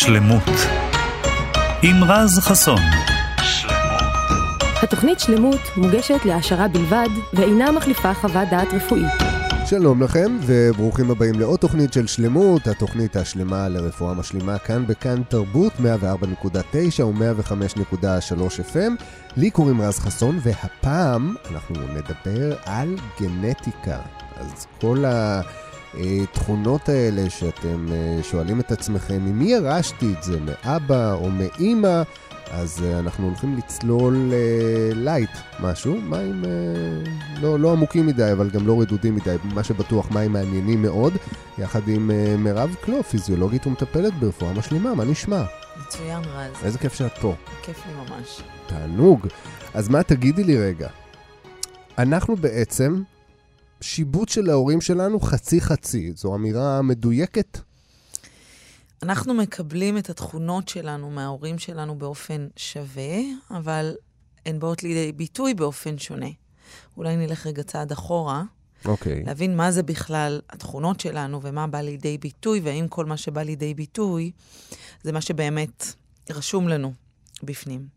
שלמות עם רז חסון. התוכנית שלמות מוגשת להעשרה בלבד ואינה מחליפה חוות דעת רפואית. שלום לכם וברוכים הבאים לעוד תוכנית של שלמות, התוכנית השלמה לרפואה משלימה כאן בכאן תרבות 104.9 ו-105.3 FM. לי קוראים רז חסון והפעם אנחנו נדבר על גנטיקה. אז כל התכונות האלה שאתם שואלים את עצמכם, ממי ירשתי את זה, מאבא או מאמא? אז אנחנו הולכים לצלול לייט, משהו, מים לא עמוקים מדי, אבל גם לא רדודים מדי, מה שבטוח מים מעניינים מאוד, יחד עם מירב קלו, פיזיולוגית ומטפלת ברפואה משלימה. מה נשמע? מצוין רז. איזה כיף שאת פה. כיף לי ממש. תענוג. אז מה, תגידי לי רגע, אנחנו בעצם שיבוט של ההורים שלנו חצי-חצי, זו אמירה מדויקת? אנחנו מקבלים את התכונות שלנו מההורים שלנו באופן שווה, אבל הן באות לידי ביטוי באופן שונה. אולי נלך רגע צעד אחורה, להבין מה זה בכלל התכונות שלנו ומה בא לידי ביטוי, והאם כל מה שבא לידי ביטוי זה מה שבאמת רשום לנו בפנים.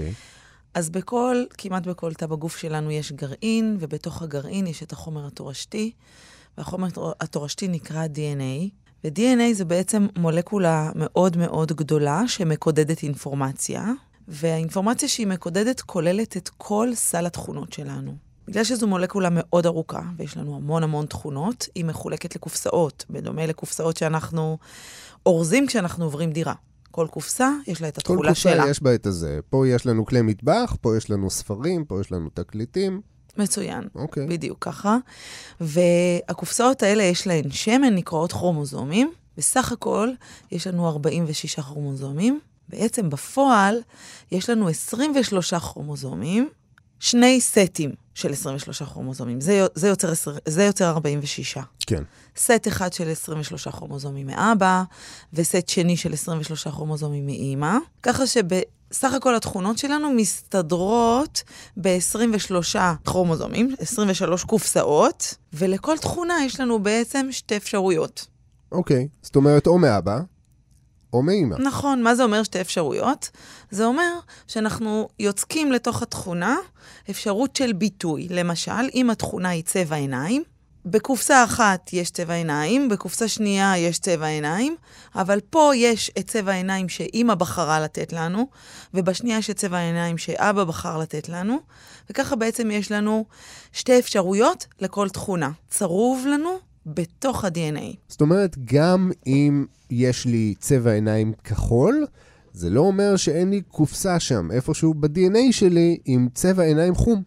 אז כמעט בכל תא בגוף שלנו יש גרעין, ובתוך הגרעין יש את החומר התורשתי, והחומר התורשתי נקרא DNA, ו-DNA זה בעצם מולקולה מאוד מאוד גדולה שמקודדת אינפורמציה, והאינפורמציה שהיא מקודדת כוללת את כל סל התכונות שלנו. בגלל שזו מולקולה מאוד ארוכה, ויש לנו המון תכונות, היא מחולקת לקופסאות, בדומה לקופסאות שאנחנו אורזים כשאנחנו עוברים דירה. כל קופסה יש לה את התכולה שלה. כל קופסה יש בה את הזה. פה יש לנו כלי מטבח, פה יש לנו ספרים, פה יש לנו תקליטים. מצוין, בדיוק ככה. והקופסאות האלה יש להן שמן, נקראות כרומוזומים. בסך הכל יש לנו 46 כרומוזומים. בעצם בפועל יש לנו 23 כרומוזומים, שני סטים של 23 כרומוזומים. זה יוצר 46. כן. סט אחד של 23 כרומוזומים מאבא, וסט שני של 23 כרומוזומים מאמא. ככה סך הכל התכונות שלנו מסתדרות ב-23 כרומוזומים, 23 קופסאות, ולכל תכונה יש לנו בעצם שתי אפשרויות. זאת אומרת או מאבא, או מאמא. נכון, מה זה אומר שתי אפשרויות? זה אומר שאנחנו יוצקים לתוך התכונה אפשרות של ביטוי. למשל, אם התכונה היא צבע עיניים, בקופסה אחת יש צבע עיניים, בקופסה שנייה יש צבע עיניים, אבל פה יש את צבע העיניים שאמא בחרה לתת לנו, ובשנייה יש את צבע העיניים שאבא בחר לתת לנו, וככה בעצם יש לנו שתי אפשרויות לכל תכונה. צרוב לנו בתוך ה-DNA. זאת אומרת, גם אם יש לי צבע עיניים כחול, זה לא אומר שאין לי קופסה שם, איפשהו ב-DNA שלי עם צבע עיניים חום.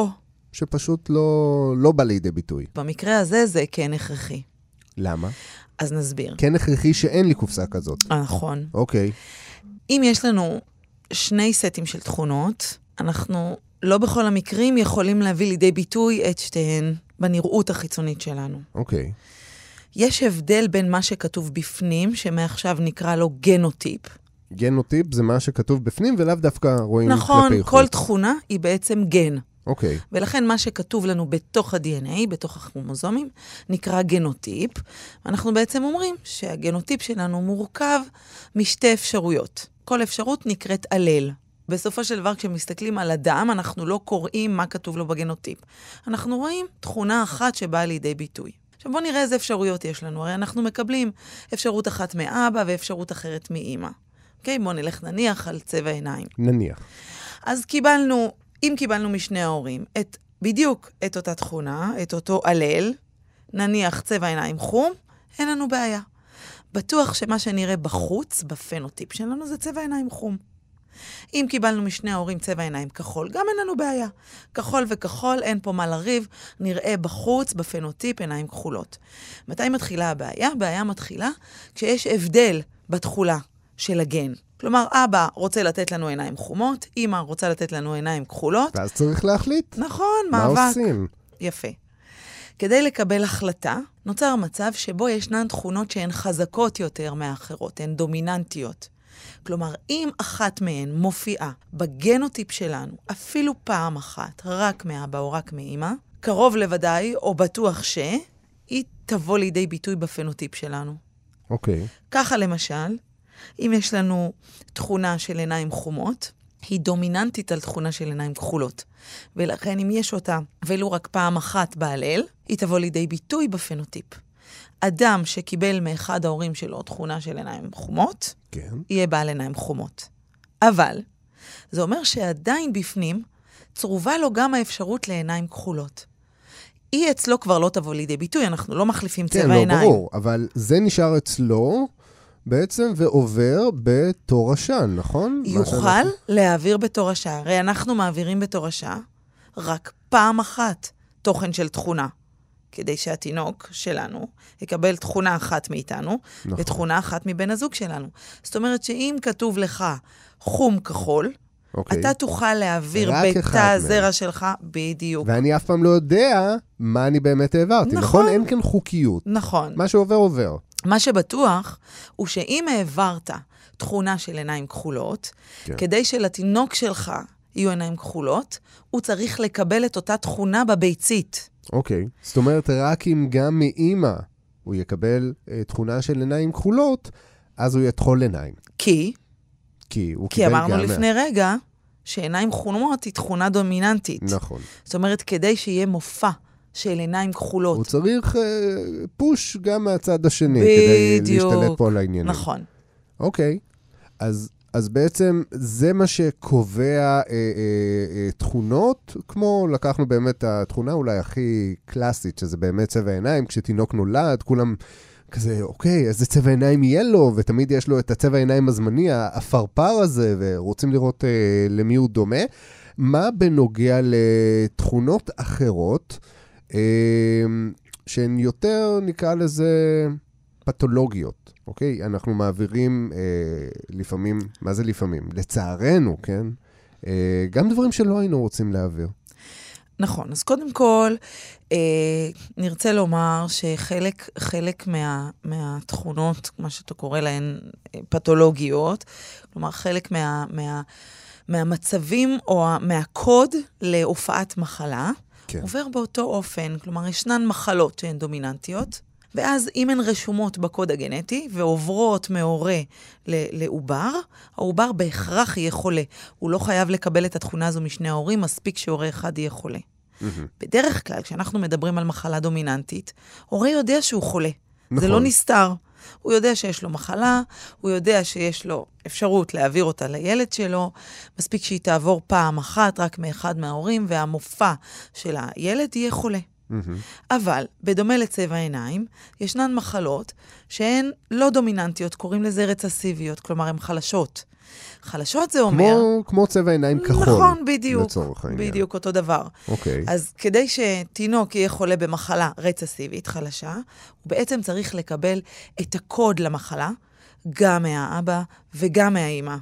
שפשוט לא בא לידי ביטוי. במקרה הזה זה כן הכרחי. למה? אז נסביר. כן הכרחי שאין לי קופסה כזאת. נכון. אם יש לנו שני סטים של תכונות, אנחנו לא בכל המקרים יכולים להביא לידי ביטוי את שתיהן בנראות החיצונית שלנו. יש הבדל בין מה שכתוב בפנים, שמעכשיו נקרא לו גנוטיפ. גנוטיפ זה מה שכתוב בפנים ולאו דווקא רואים כלפי חוץ. נכון, כל תכונה היא בעצם גן. ולכן מה שכתוב לנו בתוך ה-DNA, בתוך הכרומוזומים, נקרא גנוטיפ. אנחנו בעצם אומרים שהגנוטיפ שלנו מורכב משתי אפשרויות. כל אפשרות נקראת הלל. בסופו של דבר, כשמסתכלים על אדם, אנחנו לא קוראים מה כתוב לו בגנוטיפ. אנחנו רואים תכונה אחת שבאה לידי ביטוי. עכשיו בואו נראה איזה אפשרויות יש לנו. הרי אנחנו מקבלים אפשרות אחת מאבא ואפשרות אחרת מאמא. בואו נלך נניח על צבע עיניים. נניח. אז אם קיבלנו משני ההורים בדיוק את אותה תכונה, את אותו הלל, נניח צבע עיניים חום, אין לנו בעיה. בטוח שמה שנראה בחוץ, בפנוטיפ שלנו, זה צבע עיניים חום. אם קיבלנו משני ההורים צבע עיניים כחול, גם אין לנו בעיה. כחול וכחול, אין פה מה לריב, נראה בחוץ, בפנוטיפ, עיניים כחולות. מתי מתחילה הבעיה? הבעיה מתחילה כשיש הבדל בתכולה של הגן. כלומר, אבא רוצה לתת לנו עיניים חומות, אמא רוצה לתת לנו עיניים כחולות. ואז צריך להחליט. נכון, מאבק. מה עושים? יפה. כדי לקבל החלטה, נוצר מצב שבו ישנן תכונות שהן חזקות יותר מהאחרות, הן דומיננטיות. כלומר, אם אחת מהן מופיעה בגנוטיפ שלנו, אפילו פעם אחת, רק מאבא או רק מאמא, קרוב לוודאי, או בטוח שהיא תבוא לידי ביטוי בפנוטיפ שלנו. אוקיי. ככה למשל, אם יש לנו תכונה של עיניים חומות, היא דומיננטית על תכונה של עיניים כחולות. ולכן אם יש אותה, ולו רק פעם אחת בהלל, היא תבוא לידי ביטוי בפנוטיפ. אדם שקיבל מאחד ההורים שלו תכונה של עיניים חומות, כן. יהיה בעל עיניים חומות. אבל, זה אומר שעדיין בפנים, צרובה לו גם האפשרות לעיניים כחולות. היא אצלו כבר לא תבוא לידי ביטוי, אנחנו לא מחליפים צבע עיניים. כן, לא, ברור, אבל זה נשאר אצלו בעצם ועובר בתור השן, נכון? יוכל להעביר בתור השעה. הרי אנחנו מעבירים בתור השעה רק פעם אחת תוכן של תכונה, כדי שהתינוק שלנו יקבל תכונה אחת מאיתנו, נכון. ותכונה אחת מבן הזוג שלנו. זאת אומרת שאם כתוב לך חום כחול, אוקיי. אתה תוכל להעביר בתא הזרע שלך בדיוק. ואני אף פעם לא יודע מה אני באמת העברתי. נכון? אין כאן חוקיות. נכון. מה שעובר עובר. מה שבטוח הוא שאם העברת תכונה של עיניים כחולות, כן. כדי שלתינוק שלך יהיו עיניים כחולות, הוא צריך לקבל את אותה תכונה בביצית. אוקיי. זאת אומרת, רק אם גם מאמא הוא יקבל תכונה של עיניים כחולות, אז הוא יתחול עיניים. כי הוא קיבל גם... אמרנו לפני רגע שעיניים חומות היא תכונה דומיננטית. נכון. זאת אומרת, כדי שיהיה מופע של עיניים כחולות. הוא צריך פוש גם מהצד השני, כדי להשתלט פה על העניינים. נכון. אוקיי. אז בעצם זה מה שקובע תכונות, כמו לקחנו באמת את התכונה אולי הכי קלאסית, שזה באמת צבע עיניים, כשתינוק נולד, כולם כזה, אוקיי, איזה צבע עיניים יהיה לו, ותמיד יש לו את הצבע העיניים הזמני, הפרפר הזה, ורוצים לראות למי הוא דומה. מה בנוגע לתכונות אחרות, שהן יותר, נקרא לזה, פתולוגיות, אוקיי? אנחנו מעבירים לפעמים, מה זה לפעמים? לצערנו, כן? גם דברים שלא היינו רוצים להעביר. נכון, אז קודם כל, נרצה לומר שחלק מהתכונות, מה שאתה קורא להן פתולוגיות, כלומר חלק מהמצבים או מהקוד להופעת מחלה, כן. עובר באותו אופן, כלומר ישנן מחלות שהן דומיננטיות, ואז אם הן רשומות בקוד הגנטי ועוברות מהורה לעובר, העובר בהכרח יהיה חולה. הוא לא חייב לקבל את התכונה הזו משני ההורים, מספיק שהורה אחד יהיה חולה. בדרך כלל, כשאנחנו מדברים על מחלה דומיננטית, הורה יודע שהוא חולה. נכון. זה לא נסתר. הוא יודע שיש לו מחלה, הוא יודע שיש לו אפשרות להעביר אותה לילד שלו, מספיק שהיא תעבור פעם אחת רק מאחד מההורים, והמופע של הילד יהיה חולה. אבל, בדומה לצבע עיניים, ישנן מחלות שהן לא דומיננטיות, קוראים לזה רצסיביות, כלומר הן חלשות. חלשות זה אומר... כמו צבע עיניים כחול. נכון, בדיוק. בדיוק אותו דבר. אוקיי. אז כדי שתינוק יהיה חולה במחלה רצסיבית, חלשה, הוא בעצם צריך לקבל את הקוד למחלה, גם מהאבא וגם מהאמא.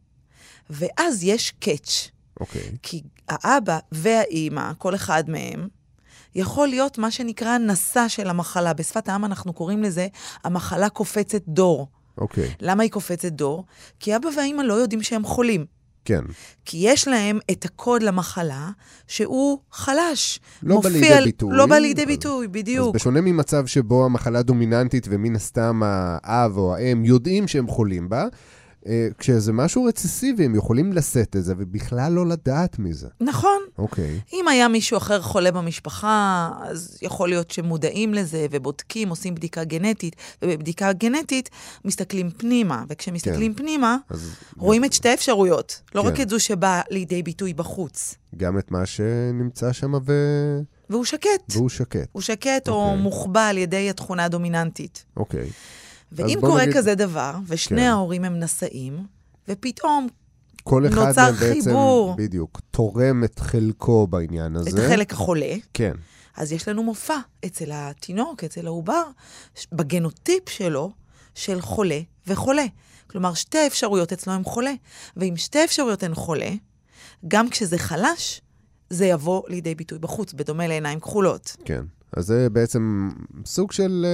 ואז יש קאץ'. אוקיי. כי האבא והאמא, כל אחד מהם, יכול להיות מה שנקרא נשא של המחלה. בשפת העם אנחנו קוראים לזה, המחלה קופצת דור. אוקיי. למה היא קופצת דור? כי אבא ואמא לא יודעים שהם חולים. כן. כי יש להם את הקוד למחלה שהוא חלש. לא בא לידי ביטוי. לא בא לידי ביטוי, בדיוק. אז בשונה ממצב שבו המחלה דומיננטית ומן הסתם האב או האם יודעים שהם חולים בה, כשזה משהו רצסיבי, הם יכולים לשאת את זה, ובכלל לא לדעת מזה. נכון. אוקיי. אם היה מישהו אחר חולה במשפחה, אז יכול להיות שמודעים לזה, ובודקים, עושים בדיקה גנטית, ובבדיקה גנטית מסתכלים פנימה, וכשמסתכלים פנימה, רואים את שתי אפשרויות, לא רק את זו שבאה לידי ביטוי בחוץ. גם את מה שנמצא שם והוא שקט. הוא שקט או מוחבא על ידי התכונה הדומיננטית. אוקיי. ואם קורה כזה דבר, ושני ההורים הם נשאים, ופתאום כל אחד נוצר חיבור. בדיוק, תורם את חלקו בעניין הזה. את החלק החולה. כן. אז יש לנו מופע אצל התינוק, אצל העובר, בגנוטיפ שלו, של חולה וחולה. כלומר, שתי אפשרויות אצלו הם חולה. ואם שתי אפשרויות הן חולה, גם כשזה חלש, זה יבוא לידי ביטוי בחוץ, בדומה לעיניים כחולות. כן. אז זה בעצם סוג של...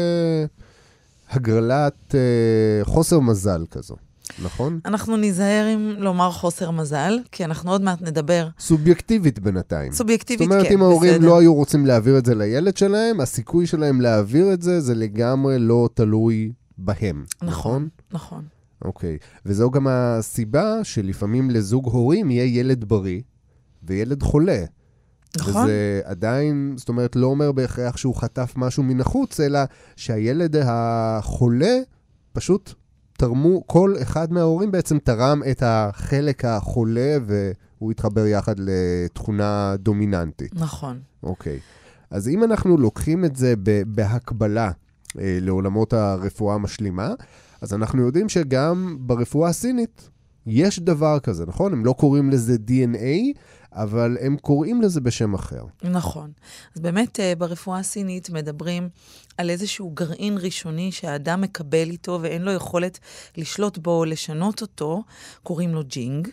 הגרלת חוסר מזל כזו, נכון? אנחנו ניזהר עם לומר חוסר מזל, כי אנחנו עוד מעט נדבר. סובייקטיבית בינתיים. סובייקטיבית, כן, זאת אומרת, אם ההורים לא היו רוצים להעביר את זה לילד שלהם, הסיכוי שלהם להעביר את זה, זה לגמרי לא תלוי בהם, נכון? נכון. אוקיי. וזו גם הסיבה שלפעמים לזוג הורים יהיה ילד בריא וילד חולה. נכון. וזה עדיין, זאת אומרת, לא אומר בהכרח שהוא חטף משהו מן החוץ, אלא שהילד החולה פשוט תרמו, כל אחד מההורים בעצם תרם את החלק החולה, והוא התחבר יחד לתכונה דומיננטית. נכון. אוקיי. אז אם אנחנו לוקחים את זה בהקבלה לעולמות הרפואה המשלימה, אז אנחנו יודעים שגם ברפואה הסינית יש דבר כזה, נכון? הם לא קוראים לזה DNA, אבל הם קוראים לזה בשם אחר. נכון. אז באמת ברפואה הסינית מדברים על איזשהו גרעין ראשוני שהאדם מקבל איתו ואין לו יכולת לשלוט בו או לשנות אותו, קוראים לו ג'ינג.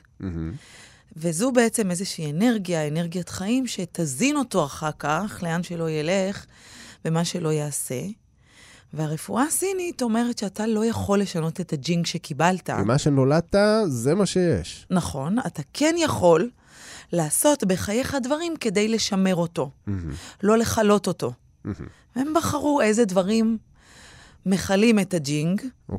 וזו בעצם איזושהי אנרגיה, אנרגיית חיים, שתזין אותו אחר כך, לאן שלא ילך ומה שלא יעשה. והרפואה הסינית אומרת שאתה לא יכול לשנות את הג'ינג שקיבלת. ומה שנולדת, זה מה שיש. נכון, אתה כן יכול לעשות בחייך דברים כדי לשמר אותו, לא לחלות אותו. הם בחרו איזה דברים מחלים את הג'ינג,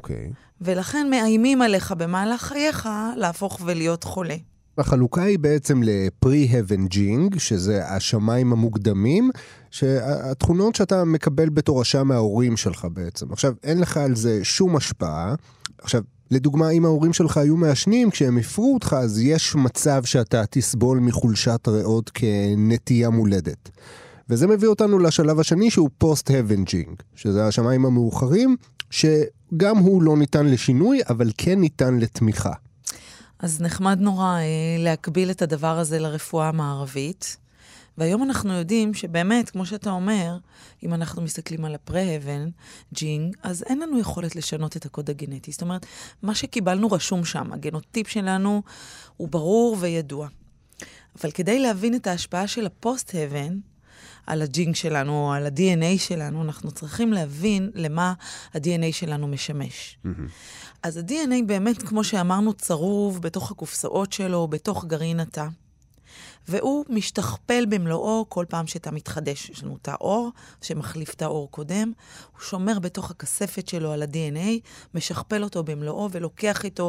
ולכן מאיימים עליך במהלך חייך להפוך ולהיות חולה. החלוקה היא בעצם ל-Pre-Heaven Jing, שזה השמיים המוקדמים, שהתכונות שאתה מקבל בתורשה מההורים שלך בעצם. עכשיו, אין לך על זה שום השפעה. עכשיו, לדוגמה, אם ההורים שלך היו מעשנים, כשהם הפרו אותך, אז יש מצב שאתה תסבול מחולשת ריאות כנטייה מולדת. וזה מביא אותנו לשלב השני, שהוא Post-Heaven Jing, שזה השמיים המאוחרים, שגם הוא לא ניתן לשינוי, אבל כן ניתן לתמיכה. אז נחמד נורא להקביל את הדבר הזה לרפואה המערבית. והיום אנחנו יודעים שבאמת, כמו שאתה אומר, אם אנחנו מסתכלים על הפרה-הבן, ג'ינג, אז אין לנו יכולת לשנות את הקוד הגנטי. זאת אומרת, מה שקיבלנו רשום שם, הגנוטיפ שלנו הוא ברור וידוע. אבל כדי להבין את ההשפעה של הפוסט-הבן, על הג'ינג שלנו, או על ה-DNA שלנו, אנחנו צריכים להבין למה ה-DNA שלנו משמש. אז ה-DNA באמת, כמו שאמרנו, צרוב בתוך הקופסאות שלו, בתוך גרעין התא. והוא משתכפל במלואו כל פעם שאתה מתחדש. יש לנו תא אור שמחליף תא אור קודם, הוא שומר בתוך הכספת שלו על ה-DNA, משכפל אותו במלואו ולוקח איתו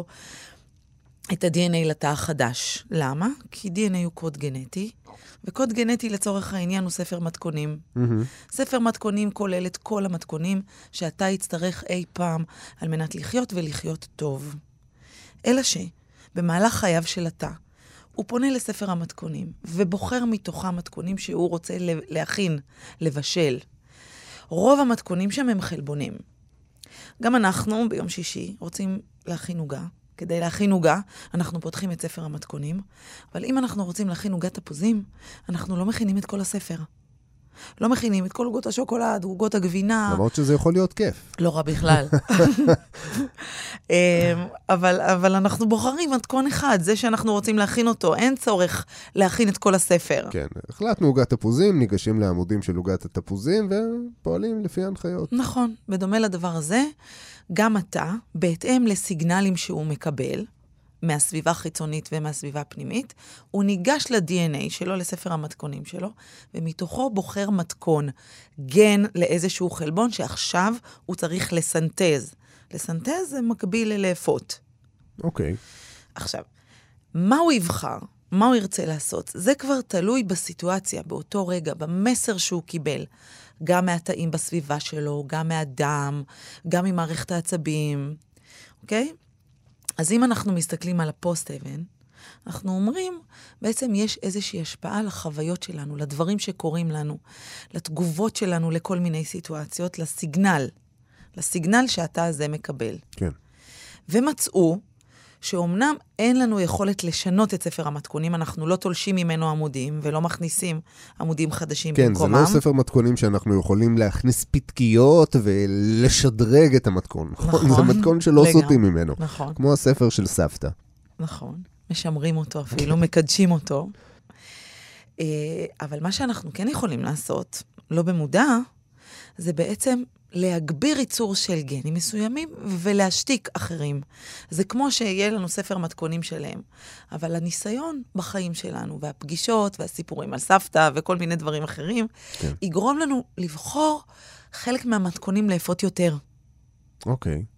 את ה-DNA לתא החדש. למה? כי DNA הוא קוד גנטי, וקוד גנטי לצורך העניין הוא ספר מתכונים. ספר מתכונים כולל את כל המתכונים שאתה יצטרך אי פעם על מנת לחיות ולחיות טוב. אלא שבמהלך חייו של התא, הוא פונה לספר המתכונים, ובוחר מתוכה מתכונים שהוא רוצה להכין, לבשל. רוב המתכונים שם הם חלבונים. גם אנחנו ביום שישי רוצים להכין עוגה. כדי להכין עוגה, אנחנו פותחים את ספר המתכונים, אבל אם אנחנו רוצים להכין עוגת תפוזים, אנחנו לא מכינים את כל הספר. לא מכינים את כל עוגות השוקולד, עוגות הגבינה. למרות שזה יכול להיות כיף. לא רע בכלל. אבל אנחנו בוחרים מתכון אחד, זה שאנחנו רוצים להכין אותו. אין צורך להכין את כל הספר. כן, החלטנו עוגת תפוזים, ניגשים לעמודים של עוגת התפוזים, ופועלים לפי ההנחיות. נכון, בדומה לדבר הזה, גם אתה, בהתאם לסיגנלים שהוא מקבל, מהסביבה החיצונית ומהסביבה הפנימית, הוא ניגש ל-DNA שלו, לספר המתכונים שלו, ומתוכו בוחר מתכון, גן לאיזשהו חלבון שעכשיו הוא צריך לסנטז. לסנטז זה מקביל ללאפות. אוקיי. עכשיו, מה הוא יבחר? מה הוא ירצה לעשות? זה כבר תלוי בסיטואציה, באותו רגע, במסר שהוא קיבל. גם מהתאים בסביבה שלו, גם מהדם, גם ממערכת העצבים. אוקיי? אז אם אנחנו מסתכלים על הפוסט-אבן, אנחנו אומרים, בעצם יש איזושהי השפעה לחוויות שלנו, לדברים שקורים לנו, לתגובות שלנו לכל מיני סיטואציות, לסיגנל שאתה הזה מקבל. כן. ומצאו שאומנם אין לנו יכולת לשנות את ספר המתכונים, אנחנו לא תולשים ממנו עמודים, ולא מכניסים עמודים חדשים במקומם. כן, זה לא ספר מתכונים שאנחנו יכולים להכניס פתקיות ולשדרג את המתכון. נכון. זה מתכון שלא סוטים ממנו. נכון. כמו הספר של סבתא. נכון. משמרים אותו אפילו, מקדשים אותו. אבל מה שאנחנו כן יכולים לעשות, לא במודע, זה בעצם להגביר ייצור של גנים מסוימים ולהשתיק אחרים. זה כמו שיהיה לנו ספר מתכונים שלהם. אבל הניסיון בחיים שלנו, והפגישות, והסיפורים על סבתא, וכל מיני דברים אחרים, כן. יגרום לנו לבחור חלק מהמתכונים לאפות יותר. אוקיי.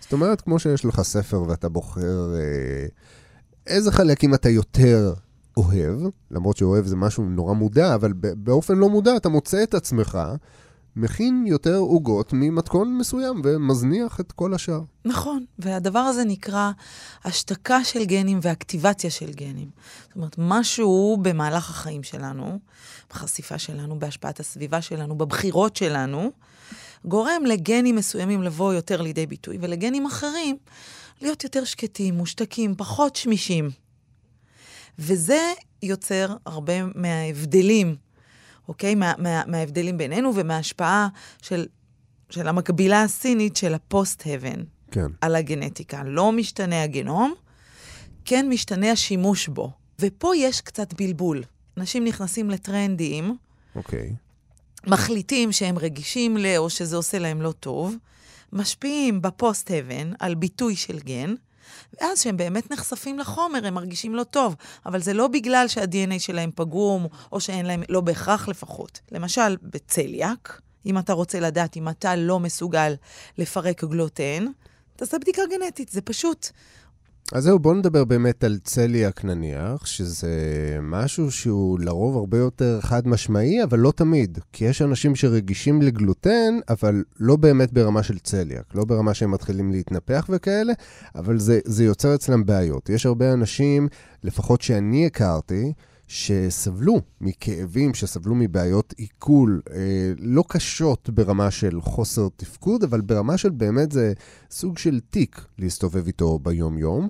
זאת אומרת, כמו שיש לך ספר ואתה בוחר איזה חלקים אתה יותר אוהב, למרות שאוהב זה משהו נורא מודע, אבל באופן לא מודע אתה מוצא את עצמך, מכין יותר עוגות ממתכון מסוים ומזניח את כל השאר. נכון, והדבר הזה נקרא השתקה של גנים ואקטיבציה של גנים. זאת אומרת, משהו במהלך החיים שלנו, בחשיפה שלנו, בהשפעת הסביבה שלנו, בבחירות שלנו, גורם לגנים מסוימים לבוא יותר לידי ביטוי, ולגנים אחרים להיות יותר שקטים, מושתקים, פחות שמישים. וזה יוצר הרבה מההבדלים, אוקיי? מההבדלים בינינו ומההשפעה של המקבילה הסינית של הפוסט-הבן. כן. על הגנטיקה. לא משתנה הגנום, כן משתנה השימוש בו. ופה יש קצת בלבול. אנשים נכנסים לטרנדים, אוקיי. מחליטים שהם רגישים או שזה עושה להם לא טוב, משפיעים בפוסט-הבן על ביטוי של גן, ואז שהם באמת נחשפים לחומר, הם מרגישים לא טוב. אבל זה לא בגלל שה-DNA שלהם פגום, או שאין להם, לא בהכרח לפחות. למשל, בצליאק, אם אתה רוצה לדעת אם אתה לא מסוגל לפרק גלוטן, תעשה בדיקה גנטית, זה פשוט. אז זהו, בואו נדבר באמת על צליאק נניח, שזה משהו שהוא לרוב הרבה יותר חד משמעי, אבל לא תמיד. כי יש אנשים שרגישים לגלוטן, אבל לא באמת ברמה של צליאק. לא ברמה שהם מתחילים להתנפח וכאלה, אבל זה יוצר אצלם בעיות. יש הרבה אנשים, לפחות שאני הכרתי, שסבלו מכאבים, שסבלו מבעיות עיכול, לא קשות ברמה של חוסר תפקוד, אבל ברמה של באמת זה סוג של תיק להסתובב איתו ביום-יום,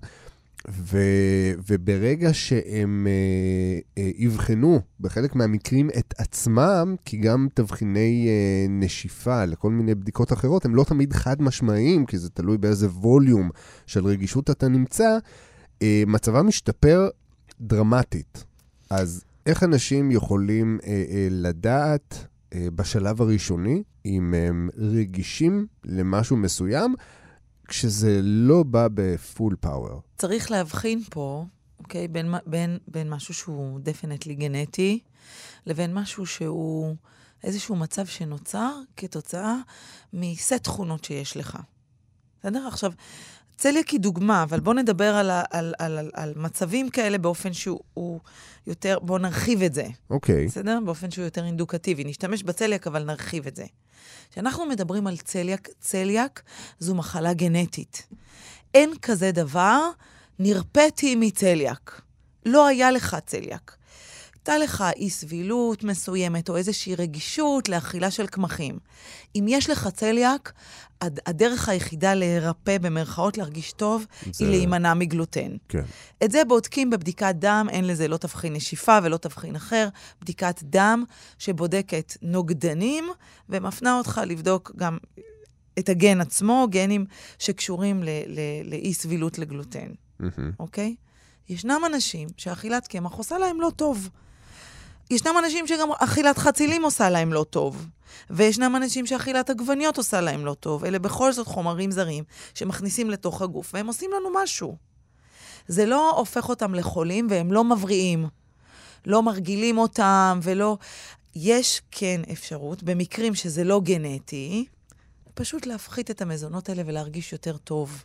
וברגע שהם יבחנו בחלק מהמקרים את עצמם, כי גם תבחיני נשיפה לכל מיני בדיקות אחרות, הם לא תמיד חד משמעיים, כי זה תלוי באיזה ווליום של רגישות אתה נמצא, מצבם משתפר דרמטית. אז איך אנשים יכולים לדעת בשלב הראשוני, אם הם רגישים למשהו מסוים, כשזה לא בא בפול פאוור? צריך להבחין פה, אוקיי, בין משהו שהוא דפנטלי גנטי, לבין משהו שהוא איזשהו מצב שנוצר כתוצאה מסט תכונות שיש לך. בסדר? עכשיו, צליאק היא דוגמה, אבל בוא נדבר על מצבים כאלה באופן שהוא יותר, בוא נרחיב את זה. אוקיי. בסדר? באופן שהוא יותר אינדוקטיבי. נשתמש בצליאק, אבל נרחיב את זה. כשאנחנו מדברים על צליאק, צליאק זו מחלה גנטית. אין כזה דבר, נרפאתי מצליאק. לא היה לך צליאק. הייתה לך אי סבילות מסוימת או איזושהי רגישות לאכילה של קמחים. אם יש לך צליאק, הדרך היחידה להירפא במרכאות להרגיש טוב היא להימנע מגלוטן. כן. את זה בודקים בבדיקת דם, אין לזה לא תבחין נשיפה ולא תבחין אחר, בדיקת דם שבודקת נוגדנים ומפנה אותך לבדוק גם את הגן עצמו, גנים שקשורים לאי סבילות לגלוטן. אוקיי? ישנם אנשים שאכילת קמח עושה להם לא טוב. ישנם אנשים שגם אכילת חצילים עושה להם לא טוב. וישנם אנשים שאכילת עגבניות עושה להם לא טוב. אלה בכל זאת חומרים זרים שמכניסים לתוך הגוף, והם עושים לנו משהו. זה לא הופך אותם לחולים, והם לא מבריאים. לא מרגילים אותם, ולא... יש כן אפשרות, במקרים שזה לא גנטי, פשוט להפחית את המזונות האלה ולהרגיש יותר טוב.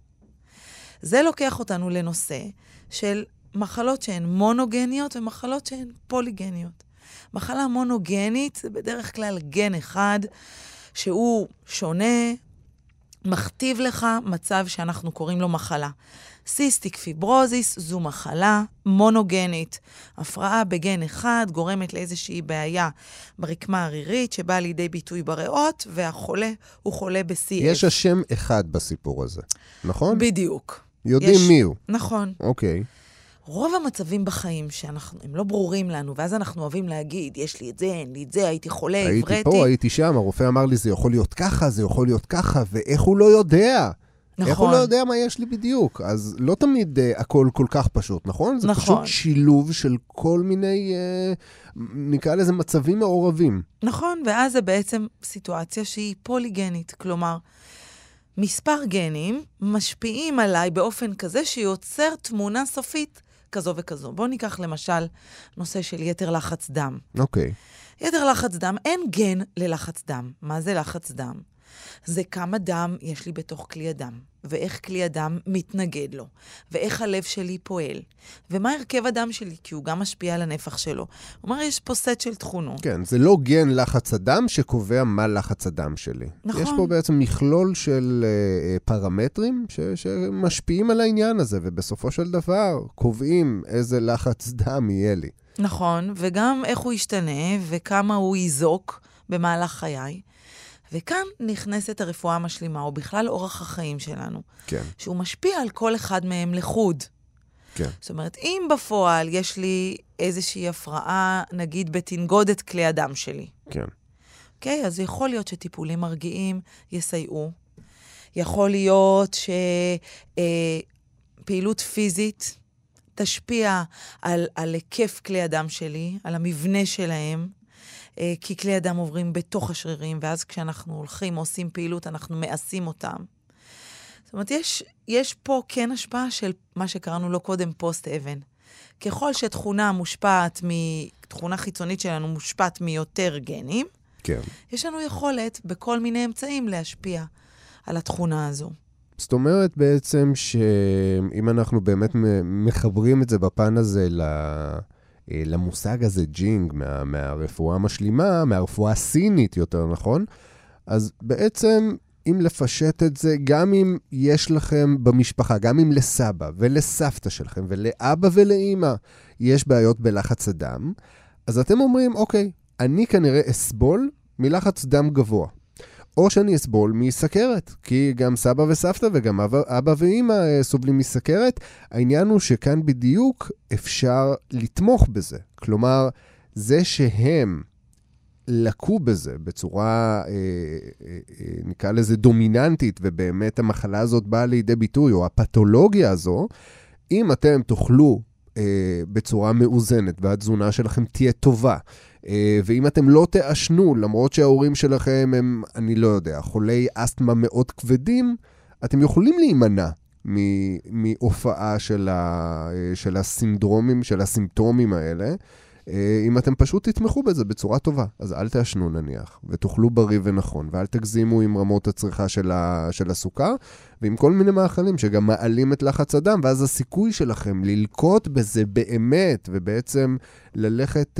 זה לוקח אותנו לנושא של מחלות שהן מונוגניות ומחלות שהן פוליגניות. מחלה מונוגנית זה בדרך כלל גן אחד שהוא שונה, מכתיב לך מצב שאנחנו קוראים לו מחלה. סיסטיק פיברוזיס זו מחלה מונוגנית. הפרעה בגן אחד גורמת לאיזושהי בעיה ברקמה הרירית שבאה לידי ביטוי בריאות, והחולה הוא חולה ב-CF. יש השם אחד בסיפור הזה, נכון? בדיוק. יודעים מי הוא. נכון. אוקיי. רוב המצבים בחיים הם לא ברורים לנו, ואז אנחנו אוהבים להגיד, יש לי את זה, אין לי את זה, הייתי חולה, הבראתי. הייתי פה, הייתי שם, הרופא אמר לי, זה יכול להיות ככה, זה יכול להיות ככה, ואיך הוא לא יודע? נכון. איך הוא לא יודע מה יש לי בדיוק? אז לא תמיד הכל כל כך פשוט, נכון? זה נכון. פשוט שילוב של כל מיני, נקרא לזה מצבים מעורבים. נכון, ואז זה בעצם סיטואציה שהיא פוליגנית, כלומר, מספר גנים משפיעים עליי באופן כזה שיוצר תמונה סופית כזו וכזו. בואו ניקח למשל נושא של יתר לחץ דם. אוקיי. יתר לחץ דם, אין גן ללחץ דם. מה זה לחץ דם? זה כמה דם יש לי בתוך כלי הדם, ואיך כלי הדם מתנגד לו, ואיך הלב שלי פועל, ומה הרכב הדם שלי, כי הוא גם משפיע על הנפח שלו. הוא אומר, יש פה סט של תכונות. כן, זה לא גן לחץ הדם שקובע מה לחץ הדם שלי. נכון. יש פה בעצם מכלול של פרמטרים שמשפיעים על העניין הזה, ובסופו של דבר קובעים איזה לחץ דם יהיה לי. נכון, וגם איך הוא ישתנה, וכמה הוא יזוק במהלך חיי. וכאן נכנסת הרפואה המשלימה, או בכלל אורח החיים שלנו. כן. שהוא משפיע על כל אחד מהם לחוד. כן. זאת אומרת, אם בפועל יש לי איזושהי הפרעה, נגיד בתנגודת כלי הדם שלי. כן. אוקיי? אז יכול להיות שטיפולים מרגיעים יסייעו. יכול להיות שפעילות פיזית תשפיע על היקף כלי הדם שלי, על המבנה שלהם, כי כלי הדם עוברים בתוך השרירים, ואז כשאנחנו הולכים, עושים פעילות, אנחנו מאסים אותם. זאת אומרת, יש פה כן השפעה של מה שקראנו לו קודם פוסט אבן. ככל שתכונה מושפעת תכונה חיצונית שלנו מושפעת מיותר גנים, כן. יש לנו יכולת בכל מיני אמצעים להשפיע על התכונה הזו. זאת אומרת בעצם שאם אנחנו באמת מחברים את זה בפן הזה למושג הזה ג'ינג, מהרפואה המשלימה, מהרפואה הסינית יותר נכון, אז בעצם אם לפשט את זה, גם אם יש לכם במשפחה, גם אם לסבא ולסבתא שלכם ולאבא ולאמא יש בעיות בלחץ הדם, אז אתם אומרים, אוקיי, אני כנראה אסבול מלחץ דם גבוה. או שאני אסבול מסכרת, כי גם סבא וסבתא וגם אבא ואמא סובלים מסכרת. העניין הוא שכאן בדיוק אפשר לתמוך בזה. כלומר, זה שהם לקו בזה בצורה, נקרא לזה דומיננטית, ובאמת המחלה הזאת באה לידי ביטוי, או הפתולוגיה הזו, אם אתם תאכלו בצורה מאוזנת, והתזונה שלכם תהיה טובה, ואם אתם לא תאשנו, למרות שההורים שלכם הם, אני לא יודע, חולי אסתמה מאוד כבדים, אתם יכולים להימנע מהופעה של הסינדרומים, של הסימפטומים האלה, אם אתם פשוט תתמכו בזה בצורה טובה. אז אל תאשנו נניח, ותאכלו בריא ונכון, ואל תגזימו עם רמות הצריכה של הסוכר, ועם כל מיני מאכלים שגם מעלים את לחץ הדם, ואז הסיכוי שלכם ללקוט בזה באמת, ובעצם ללכת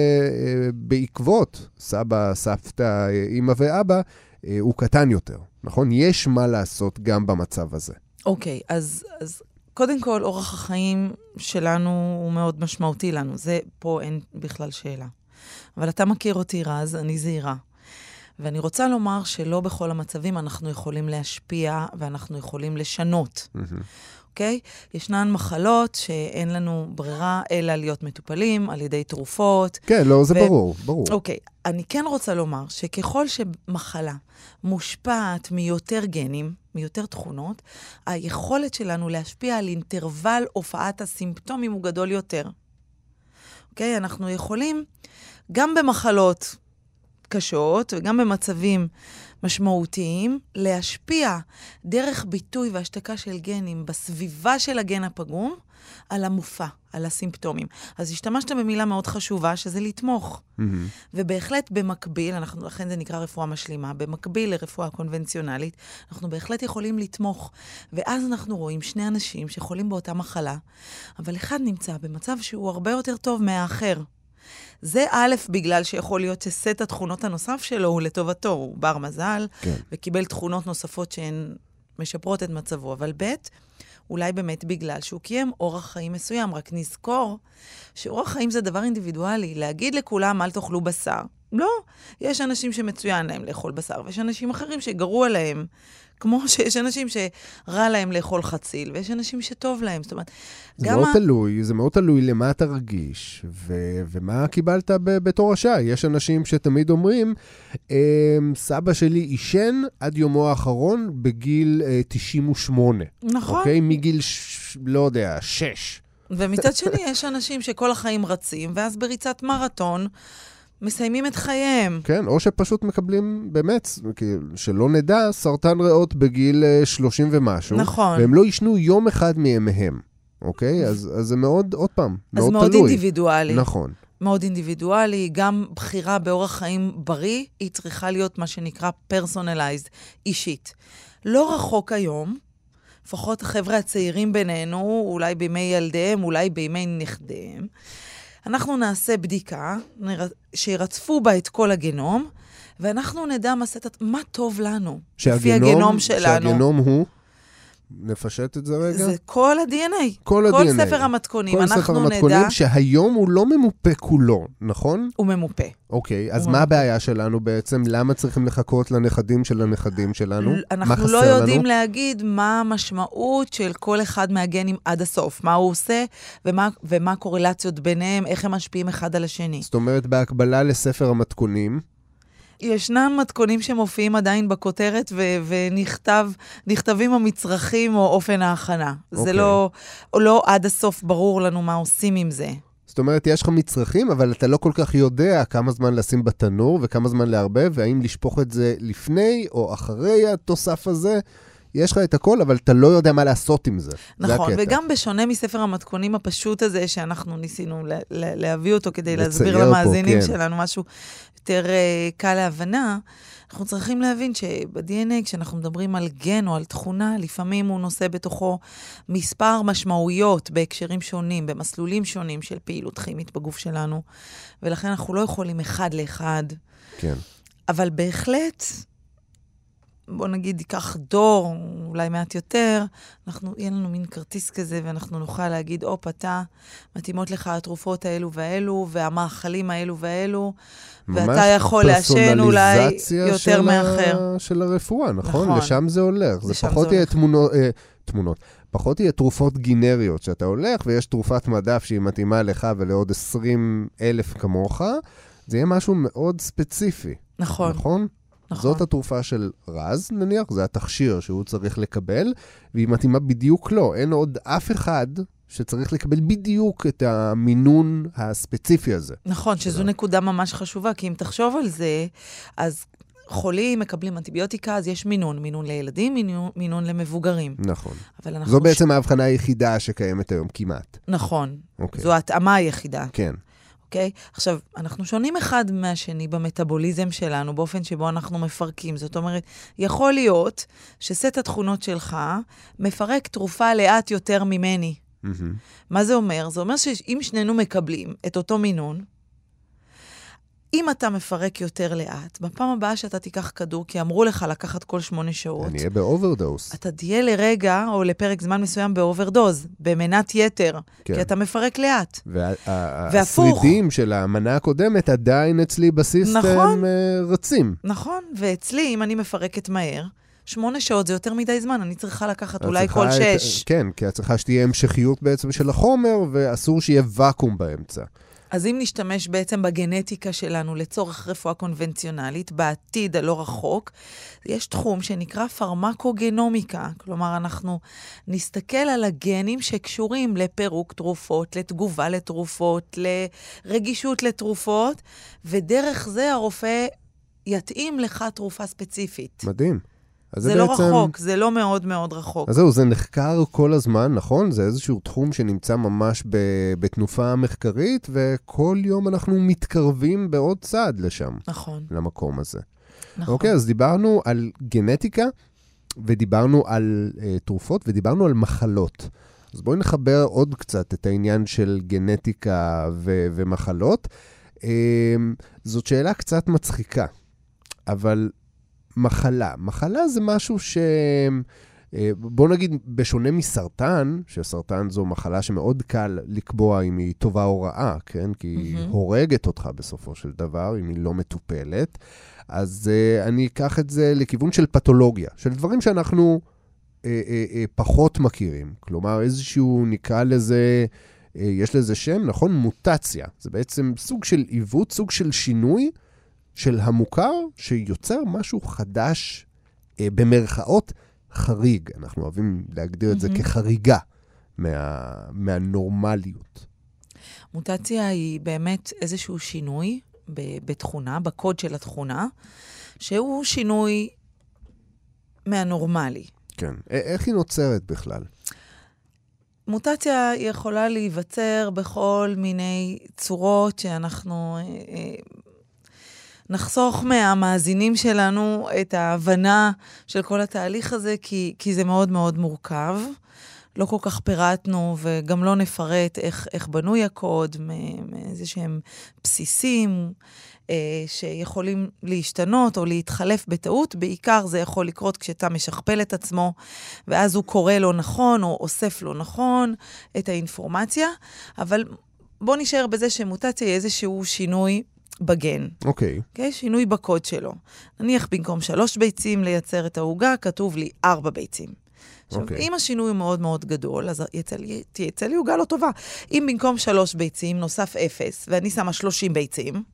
בעקבות סבא, סבתא, אמא ואבא, הוא קטן יותר. נכון? יש מה לעשות גם במצב הזה. אוקיי, אז קודם כל, אורח החיים שלנו הוא מאוד משמעותי לנו. זה פה אין בכלל שאלה. אבל אתה מכיר אותי, רז, אני זהירה. ואני רוצה לומר שלא בכל המצבים אנחנו יכולים להשפיע ואנחנו יכולים לשנות. אוקיי? ישנן מחלות שאין לנו ברירה אלא להיות מטופלים על ידי תרופות. כן, לא, זה ברור, ברור. אוקיי, אני כן רוצה לומר שככל שמחלה מושפעת מיותר גנים, מיותר תכונות, היכולת שלנו להשפיע על אינטרוול הופעת הסימפטומים הוא גדול יותר. אוקיי? אנחנו יכולים גם במחלות קשות וגם במצבים משמעותיים להשפיע דרך ביטוי והשתקה של גנים בסביבה של הגן הפגום על המופע, על הסימפטומים. אז השתמשת במילה מאוד חשובה שזה לתמוך. ובהחלט במקביל, לכן זה נקרא רפואה משלימה, במקביל לרפואה קונבנציונלית, אנחנו בהחלט יכולים לתמוך. ואז אנחנו רואים שני אנשים שחולים באותה מחלה, אבל אחד נמצא במצב שהוא הרבה יותר טוב מהאחר. זה א', בגלל שיכול להיות שסט התכונות הנוסף שלו הוא לטובתו, הוא בר מזל, כן. וקיבל תכונות נוספות שהן משפרות את מצבו, אבל ב', אולי באמת בגלל שהוא קיים אורח חיים מסוים, רק נזכור שאורח חיים זה דבר אינדיבידואלי, להגיד לכולם אל תאכלו בשר. לא, יש אנשים שמצוין להם לאכול בשר, ויש אנשים אחרים שגרוע להם, כמו שיש אנשים שרע להם לאכול חציל, ויש אנשים שטוב להם. זאת אומרת, זה מאוד תלוי למה אתה רגיש, ומה קיבלת בתור השעה. יש אנשים שתמיד אומרים, סבא שלי עישן עד יומו האחרון בגיל 98. נכון. אוקיי? מגיל, לא יודע, 6. ומצד שני, יש אנשים שכל החיים רצים, ואז בריצת מרתון, מסיימים את חייהם. כן, או שפשוט מקבלים באמת, שלא נדע, סרטן ריאות בגיל 30 ומשהו. נכון. והם לא ישנו יום אחד מימיהם. אוקיי? אז זה מאוד, עוד פעם, מאוד תלוי. אז מאוד אינדיבידואלי. נכון. מאוד אינדיבידואלי, גם בחירה באורח חיים בריא, היא צריכה להיות מה שנקרא personalized, אישית. לא רחוק היום, לפחות החבר'ה הצעירים בינינו, אולי בימי ילדיהם, אולי בימי נכדיהם, אנחנו נעשה בדיקה, שירצפו בה את כל הגנום, ואנחנו נדע מה טוב לנו, לפי הגנום שלנו. שהגנום הוא, נפשט את זה רגע? זה כל ה-DNA. כל ספר המתכונים. כל ספר המתכונים שהיום הוא לא ממופה כולו, נכון? הוא ממופה. אוקיי, אז מה הבעיה שלנו בעצם? למה צריכים לחכות לנכדים של הנכדים שלנו? אנחנו לא יודעים להגיד מה המשמעות של כל אחד מהגנים עד הסוף. מה הוא עושה ומה הקורלציות ביניהם, איך הם משפיעים אחד על השני. זאת אומרת, בהקבלה לספר המתכונים, ישנם מתכונים שמופיעים עדיין בכותרת ונכתבים המצרכים או אופן ההכנה. זה לא עד הסוף ברור לנו מה עושים עם זה. זאת אומרת, יש לך מצרכים, אבל אתה לא כל כך יודע כמה זמן לשים בתנור וכמה זמן להרבב, והאם לשפוך את זה לפני או אחרי התוסף הזה. יש לך את הכל, אבל אתה לא יודע מה לעשות עם זה. נכון, וגם בשונה מספר המתכונים הפשוט הזה, שאנחנו ניסינו להביא אותו כדי להסביר למאזינים שלנו משהו יותר קל להבנה, אנחנו צריכים להבין שב-DNA, כשאנחנו מדברים על גן או על תכונה, לפעמים הוא נושא בתוכו מספר משמעויות בהקשרים שונים, במסלולים שונים של פעילות כימית בגוף שלנו, ולכן אנחנו לא יכולים אחד לאחד. כן. אבל בהחלט, בוא נגיד, ייקח דור, אולי מעט יותר, יהיה לנו מין כרטיס כזה, ואנחנו נוכל להגיד, אתה, מתאימות לך התרופות האלו והאלו, והמאכלים האלו והאלו, ואתה יכול לעשן אולי יותר מאחר. של הרפואה, נכון? לשם זה הולך. זה פחות יהיה תמונות. פחות יהיה תרופות גינריות, שאתה הולך, ויש תרופת מדף שהיא מתאימה לך ולעוד 20,000 כמוך, זה יהיה משהו מאוד ספציפי. נכון. נכון? זאת התרופה של רז, נניח, זה התכשיר שהוא צריך לקבל, והיא מתאימה בדיוק לא. אין עוד אף אחד שצריך לקבל בדיוק את המינון הספציפי הזה. נכון, שזו נקודה ממש חשובה, כי אם תחשוב על זה, אז חולים מקבלים אנטיביוטיקה, אז יש מינון לילדים, מינון למבוגרים. נכון. זו בעצם ההבחנה היחידה שקיימת היום כמעט. נכון. זו ההתאמה היחידה. כן. אוקיי? עכשיו, אנחנו שונים אחד מהשני במטאבוליזם שלנו, באופן שבו אנחנו מפרקים. זאת אומרת, יכול להיות שסט התכונות שלך מפרק תרופה לאט יותר ממני. מה זה אומר? זה אומר שאם שנינו מקבלים את אותו מינון, אם אתה מפרק יותר לאט, בפעם הבאה שאתה תיקח כדור, כי אמרו לך לקחת כל 8 שעות, אני אהיה באוברדוז. אתה תהיה לרגע או לפרק זמן מסוים באוברדוז, במנת יתר, כן. כי אתה מפרק לאט. והשרידים של המנה הקודמת עדיין אצלי בסיסטם נכון, רצים. נכון, ואצלי, אם אני מפרקת מהר, 8 שעות זה יותר מדי זמן, אני צריכה לקחת אולי כל 6. כן, כי את צריכה שתהיה המשכיות בעצם של החומר, ואסור שיהיה וקום באמצע. אז אם נשתמש בעצם בגנטיקה שלנו לצורך רפואה קונבנציונלית, בעתיד הלא רחוק, יש תחום שנקרא פרמקוגנומיקה. כלומר, אנחנו נסתכל על הגנים שקשורים לפירוק תרופות, לתגובה לתרופות, לרגישות לתרופות, ודרך זה הרופא יתאים לך תרופה ספציפית. מדהים. זה לא רחוק, זה לא מאוד מאוד רחוק. אז זהו, זה נחקר כל הזמן, נכון? זה איזשהו תחום שנמצא ממש בתנופה מחקרית, וכל יום אנחנו מתקרבים בעוד צעד לשם. נכון. למקום הזה. נכון. אוקיי, אז דיברנו על גנטיקה, ודיברנו על תרופות, ודיברנו על מחלות. אז בואי נחבר עוד קצת את העניין של גנטיקה ומחלות. זאת שאלה קצת מצחיקה, אבל מחלה זה משהו בוא נגיד, בשונה מסרטן, שסרטן זו מחלה שמאוד קל לקבוע אם היא טובה או רעה, כן? כי היא הורגת אותך בסופו של דבר, אם היא לא מטופלת. אז אני אקח את זה לכיוון של פתולוגיה, של דברים שאנחנו פחות מכירים. כלומר, איזשהו, נקרא לזה, יש לזה שם, נכון? מוטציה. זה בעצם סוג של עיוות, סוג של שינוי, של המוכר שיוצר משהו חדש במרכאות חריג. אנחנו אוהבים להגדיר את זה כחריגה מהנורמליות. מוטציה היא באמת איזשהו שינוי בתכונה, בקוד של התכונה, שהוא שינוי מהנורמלי. כן. איך היא נוצרת בכלל? מוטציה יכולה להיווצר בכל מיני צורות שאנחנו נחסוך מהמאזינים שלנו את ההבנה של כל התהליך הזה, כי זה מאוד מאוד מורכב. לא כל כך פירטנו וגם לא נפרט איך בנוי הקוד, מאיזה שהם בסיסים שיכולים להשתנות או להתחלף בטעות. בעיקר זה יכול לקרות כשאתה משכפל את עצמו, ואז הוא קורא לא נכון או אוסף לא נכון את האינפורמציה. אבל בוא נשאר בזה שמוטציה היא איזשהו שינוי בגן. אוקיי. שינוי בקוד שלו. נניח במקום 3 ביצים לייצר את ההוגה, כתוב לי 4 ביצים. עכשיו, אם השינוי הוא מאוד מאוד גדול, אז תייצא לי הוגה לא טובה. אם במקום 3 ביצים נוסף 0, ואני שמה 30 ביצים,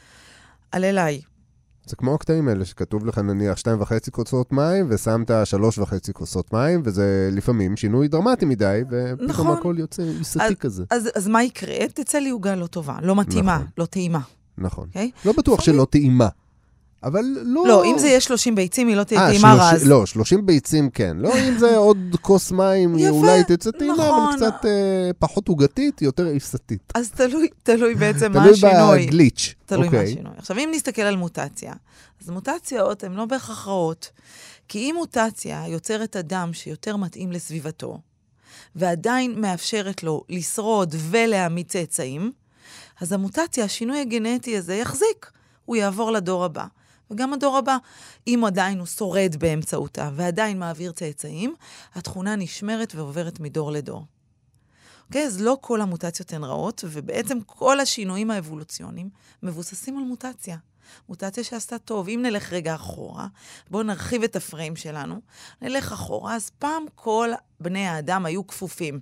על אליי. זה כמו הקטעים האלה שכתוב לך נניח 2.5 כוסות מים, ושמת 3.5 כוסות מים, וזה לפעמים שינוי דרמטי מדי, ופתאום נכון. הכל יוצא מסתי כזה. אז מה יקרה? תצא לי הוגה לא טובה, לא מתאימה, נכון. לא טעימה. נכון. Okay? לא בטוח שלא טעימה. אבל לא... לא, אם זה יהיה 30 ביצים, היא לא תהיה טעימה רז. לא, 30 ביצים כן. לא, אם זה עוד כוס מים, היא אולי תצא טעימה, נכון. אבל קצת פחות עוגתית, יותר עיסתית. אז תלוי בעצם מה השינוי. תלוי בגליץ'. תלוי מה השינוי. עכשיו, אם נסתכל על מוטציה, אז מוטציות הן לא בהכרח רעות. כי אם מוטציה יוצרת אדם שיותר מתאים לסביבתו, ועדיין מאפשרת לו לשרוד ולהעמיד צאצאים, אז המוטציה, השינוי הגנטי הזה יחזיק. הוא יעבור לדור הבא. וגם הדור הבא, אם עדיין הוא שורד באמצעותה ועדיין מעביר צאצאים, התכונה נשמרת ועוברת מדור לדור. אוקיי? אז לא כל המוטציות הן רעות, ובעצם כל השינויים האבולוציוניים מבוססים על מוטציה. מוטציה שעשתה טוב. אם נלך רגע אחורה, בואו נרחיב את הפריים שלנו, נלך אחורה, אז פעם כל בני האדם היו כפופים.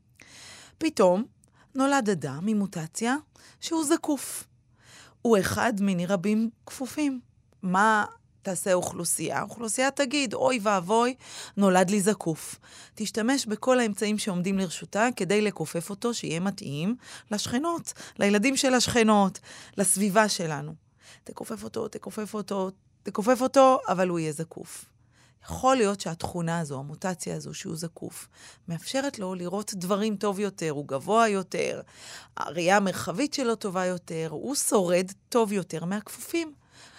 פתאום נולד אדם עם מוטציה שהוא זקוף. הוא אחד מיני רבים כפופים. מה תעשה אוכלוסייה? אוכלוסייה תגיד, אוי ואבוי, נולד לי זקוף. תשתמש בכל האמצעים שעומדים לרשותה כדי לקופף אותו שיהיה מתאים לשכנות, לילדים של השכנות, לסביבה שלנו. תקופף אותו, אבל הוא יהיה זקוף. יכול להיות שהתכונה הזו, המוטציה הזו שהוא זקוף, מאפשרת לו לראות דברים טוב יותר, הוא גבוה יותר, הראייה המרחבית שלו טובה יותר, הוא שורד טוב יותר מהכפופים.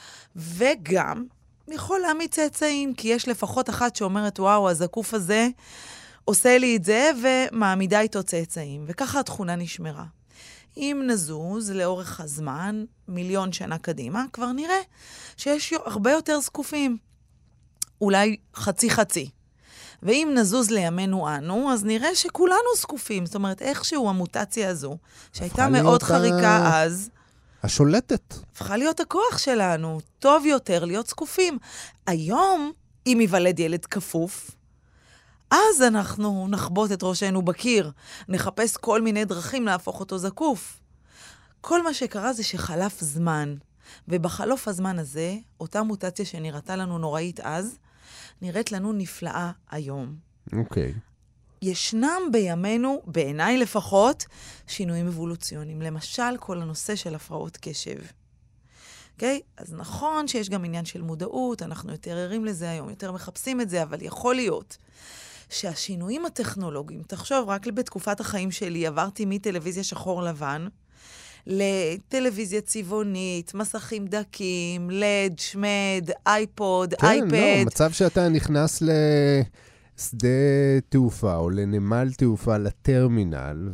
וגם יכול להעמיד צאצאים, כי יש לפחות אחת שאומרת, וואו, הזקוף הזה עושה לי את זה, ומעמידה איתו צאצאים. וככה התכונה נשמרה. אם נזוז לאורך הזמן, 1,000,000 שנה קדימה, כבר נראה שיש הרבה יותר זקופים. אולי חצי-חצי. ואם נזוז לימינו אנו, אז נראה שכולנו זקופים. זאת אומרת, איכשהו המוטציה הזו, שהייתה מאוד חריקה אז, השולטת. הפכה להיות הכוח שלנו. טוב יותר להיות זקופים. היום, אם ייוולד ילד כפוף, אז אנחנו נחבוט את ראשנו בקיר. נחפש כל מיני דרכים להפוך אותו זקוף. כל מה שקרה זה שחלף זמן. ובחלוף הזמן הזה, אותה מוטציה שנראתה לנו נוראית אז, נראית לנו נפלאה היום. אוקיי. ישנם בימינו, בעיניי לפחות, שינויים אבולוציוניים. למשל, כל הנושא של הפרעות קשב. אוקיי? אז נכון שיש גם עניין של מודעות, אנחנו יותר ערים לזה היום, יותר מחפשים את זה, אבל יכול להיות שהשינויים הטכנולוגיים, תחשוב, רק בתקופת החיים שלי, עברתי מטלוויזיה שחור לבן, לטלוויזיה צבעונית, מסכים דקים, לד, שמד, אייפוד, אייפד. כן, לא, מצב שאתה נכנס לשדה תעופה או לנמל תעופה, לטרמינל,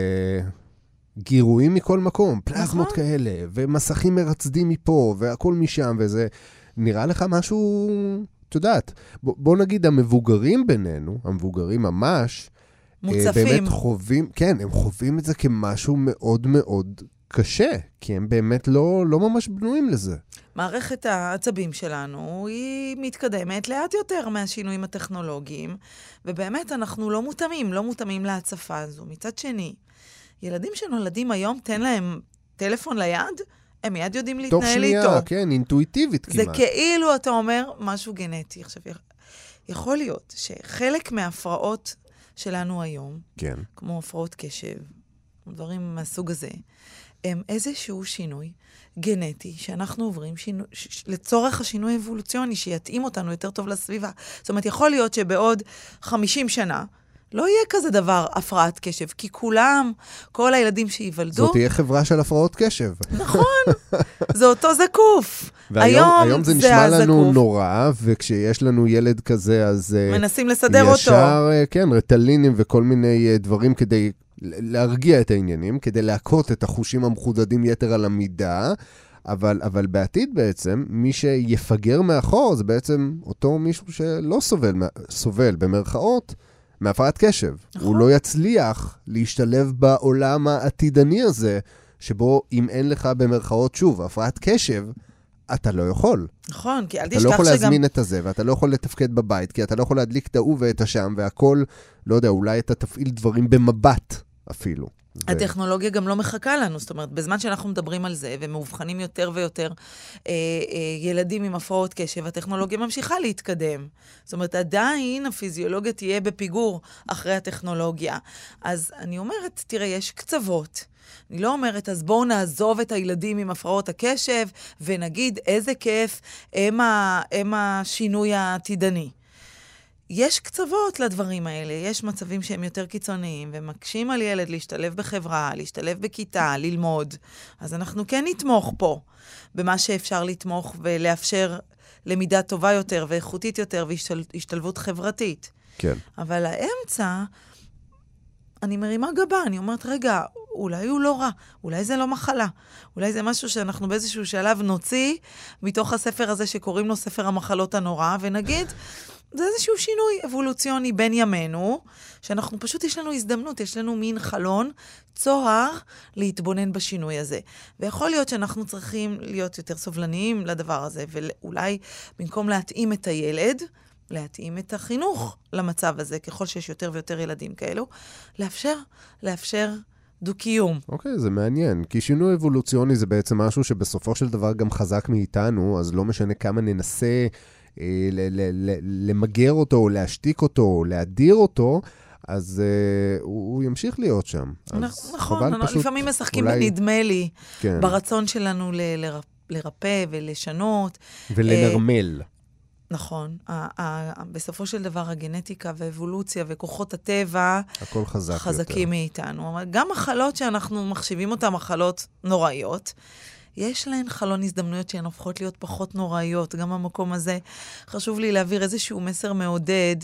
וגירויים מכל מקום, פלזמות כאלה, ומסכים מרצדים מפה, והכל משם, וזה נראה לך משהו, את יודעת, בוא נגיד המבוגרים בינינו, המבוגרים ממש, מוצפים. באמת חווים, כן, הם חווים את זה כמשהו מאוד מאוד קשה, כי הם באמת לא ממש בנויים לזה. מערכת העצבים שלנו היא מתקדמת לאט יותר מהשינויים הטכנולוגיים, ובאמת אנחנו לא מותאמים להצפה הזו. מצד שני, ילדים שנולדים היום, תן להם טלפון ליד, הם מיד יודעים להתנהל איתו. תוך שנייה, כן, אינטואיטיבית כמעט. זה כאילו אתה אומר משהו גנטי. עכשיו, יכול להיות שחלק מההפרעות שלנו היום, כן. כמו הפרעות קשב, דברים מהסוג הזה, הם איזשהו שינוי גנטי שאנחנו עוברים לצורך השינוי האבולוציוני, שיתאים אותנו יותר טוב לסביבה. זאת אומרת, יכול להיות שבעוד 50 שנה, לא יהיה כזה דבר הפרעת קשב, כי כולם, כל הילדים שיוולדו... זאת תהיה חברה של הפרעות קשב. נכון, זה אותו זקוף. והיום זה נשמע לנו נורא, וכשיש לנו ילד כזה, אז... מנסים לסדר אותו. ישר, כן, רטלינים וכל מיני דברים כדי להרגיע את העניינים, כדי להכות את החושים המחודדים יתר על המידה, אבל בעתיד בעצם, מי שיפגר מאחור, זה בעצם אותו מישהו שלא סובל במרכאות, מהפרעת קשב. נכון. הוא לא יצליח להשתלב בעולם העתידני הזה, שבו אם אין לך במרכאות שוב, הפרעת קשב, אתה לא יכול. נכון, כי אל תשכח שגם... אתה לא יכול להזמין שגם... את הזה, ואתה לא יכול לתפקד בבית, כי אתה לא יכול להדליק את ההוא ואת השם, והכל, לא יודע, אולי אתה תפעיל דברים במבט אפילו. הטכנולוגיה גם לא מחכה לנו, זאת אומרת, בזמן שאנחנו מדברים על זה, ומאובחנים יותר ויותר ילדים עם הפרעות קשב, הטכנולוגיה ממשיכה להתקדם. זאת אומרת, עדיין הפיזיולוגיה תהיה בפיגור אחרי הטכנולוגיה. אז אני אומרת, תראה, יש קצוות. אני לא אומרת, אז בואו נעזוב את הילדים עם הפרעות הקשב, ונגיד איזה כיף הם השינוי העתידני. יש קצוות לדברים האלה, יש מצבים שהם יותר קיצוניים, ומקשים על ילד להשתלב בחברה, להשתלב בכיתה, ללמוד. אז אנחנו כן נתמוך פה, במה שאפשר לתמוך ולאפשר למידה טובה יותר ואיכותית יותר, והשתלבות חברתית. כן. אבל האמצע, אני מרימה גבה, אני אומרת, רגע, אולי הוא לא רע, אולי זה לא מחלה, אולי זה משהו שאנחנו באיזשהו שלב נוציא, מתוך הספר הזה שקוראים לו ספר המחלות הנורא, ונגיד, זה איזשהו שינוי אבולוציוני בין ימינו, שאנחנו פשוט, יש לנו הזדמנות, יש לנו מין חלון, צוהר, להתבונן בשינוי הזה. ויכול להיות שאנחנו צריכים להיות יותר סובלניים לדבר הזה, ואולי במקום להתאים את הילד, להתאים את החינוך למצב הזה, ככל שיש יותר ויותר ילדים כאלו, לאפשר דו-קיום. אוקיי, זה מעניין, כי שינוי אבולוציוני זה בעצם משהו שבסופו של דבר גם חזק מאיתנו, אז לא משנה כמה ננסה למגר אותו, או להשתיק אותו, או להדיר אותו, אז הוא ימשיך להיות שם. נכון, לפעמים משחקים בנדמה לי, ברצון שלנו לרפא ולשנות. ולנרמל. נכון. בסופו של דבר, הגנטיקה והאבולוציה וכוחות הטבע הכל חזקים מאיתנו. גם מחלות שאנחנו מחשיבים אותן מחלות נוראיות, יש להן חלון הזדמנויות שהן הופכות להיות פחות נוראיות. גם במקום הזה חשוב לי להעביר איזשהו מסר מעודד,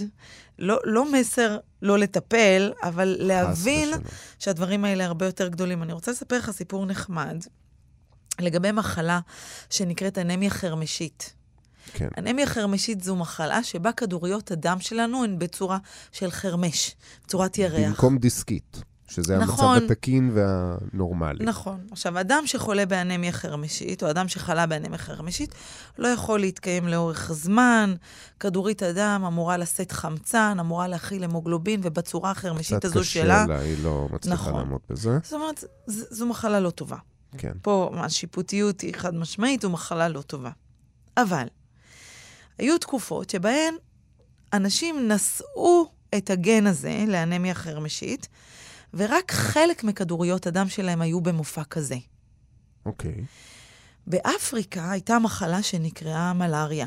לא מסר לא לטפל, אבל להבין שהדברים האלה הרבה יותר גדולים. אני רוצה לספר לך סיפור נחמד לגבי מחלה שנקראת אנמיה חרמשית. כן. אנמיה חרמשית זו מחלה שבה כדוריות הדם שלנו הן בצורה של חרמש, בצורת ירח. במקום דיסקית, שזה נכון. המצב התקין והנורמלי. נכון. עכשיו, אדם שחולה באנמיה חרמשית, או אדם שחלה באנמיה חרמשית, לא יכול להתקיים לאורך זמן. כדורית הדם אמורה לשאת חמצן, אמורה להכיל המוגלובין, ובצורה החרמשית הזו שלה... קצת קשה לה, היא לא מצליחה נכון. לעמוד בזה. זאת אומרת, זו מחלה לא טובה. כן. פה השיפוטיות היא חד משמעית, זו מחלה לא טובה. אבל היו תקופות שבהן אנשים נשאו את הגן הזה לאנמיה חרמשית, ורק חלק מכדוריות הדם שלהם היו במופע כזה. אוקיי. באפריקה הייתה מחלה שנקראה מלריה.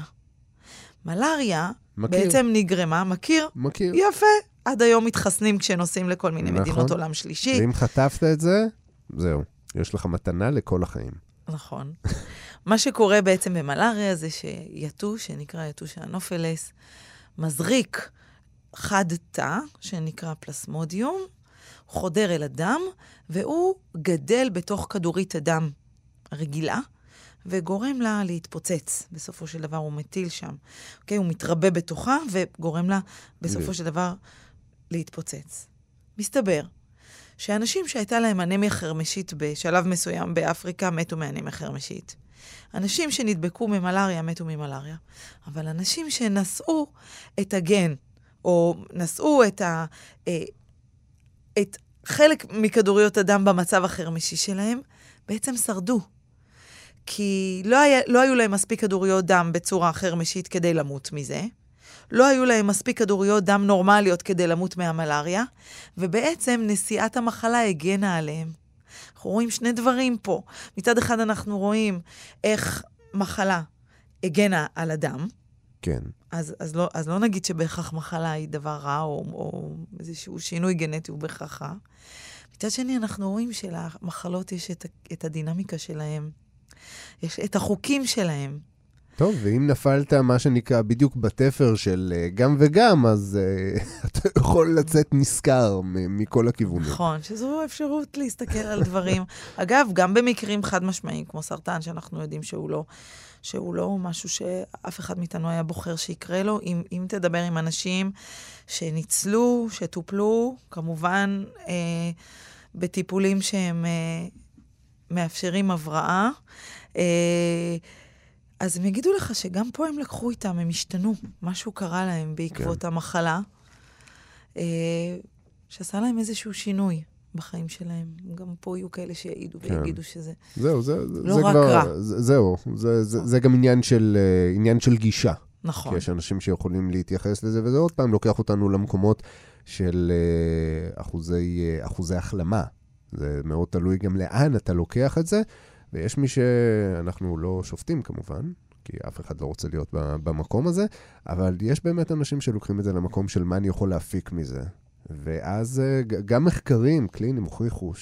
מלריה בעצם נגרמה, מכיר? מכיר. יפה. עד היום מתחסנים כשנוסעים לכל מיני נכון. מדינות עולם שלישי. ואם חטפת את זה, זהו. יש לך מתנה לכל החיים. נכון. מה שקורה בעצם במלריה זה שיתוש, שנקרא יתוש האנופלס, מזריק חד תא, שנקרא פלסמודיום, חודר אל הדם, והוא גדל בתוך כדורית הדם הרגילה, וגורם לה להתפוצץ. בסופו של דבר הוא מטיל שם. אוקיי? הוא מתרבה בתוכה, וגורם לה בסופו של דבר להתפוצץ. מסתבר שאנשים שהייתה להם אנמיה חרמשית בשלב מסוים באפריקה, מתו מאנמיה חרמשית. אנשים שנדבקו ממלריה, מתו ממלריה. אבל אנשים שנשאו את הגן, או נשאו את חלק מכדוריות הדם במצב החרמשי שלהם, בעצם שרדו. כי לא היו להם מספיק כדוריות דם בצורה חרמשית כדי למות מזה. לא היו להם מספיק כדוריות דם נורמליות כדי למות מהמלריה, ובעצם נשיאת המחלה הגנה עליהם. אנחנו רואים שני דברים פה. מצד אחד אנחנו רואים איך מחלה הגנה על הדם, כן. אז לא נגיד שבהכרח מחלה היא דבר רע, או איזשהו שינוי גנטי הוא בהכרח רע. מצד שני, אנחנו רואים שלמחלות יש את הדינמיקה שלהם, יש את החוקים שלהם. טוב, ואם נפלת מה שנקרא בדיוק בתפר של גם וגם, אז אתה יכול לצאת נזכר מכל הכיוונים. נכון, שזו אפשרות להסתכל על דברים. אגב, גם במקרים חד משמעיים, כמו סרטן, שאנחנו יודעים שהוא לא משהו שאף אחד מאיתנו היה בוחר שיקרה לו. אם תדבר עם אנשים שניצלו, שטופלו, כמובן בטיפולים שהם מאפשרים הבראה, אז הם יגידו לך שגם פה הם לקחו איתם, הם השתנו. משהו קרה להם בעקבות המחלה, שעשה להם איזשהו שינוי בחיים שלהם. גם פה יהיו כאלה שיעידו ויגידו שזה לא רק רע. זהו, זה גם עניין של גישה. נכון. כי יש אנשים שיכולים להתייחס לזה, וזה עוד פעם לוקח אותנו למקומות של אחוזי החלמה. זה מאוד תלוי גם לאן אתה לוקח את זה, ויש מי שאנחנו לא שופטים כמובן, כי אף אחד לא רוצה להיות במקום הזה, אבל יש באמת אנשים שלוקחים את זה למקום של מה אני יכול להפיק מזה. ואז גם מחקרים קליניים הוכיחו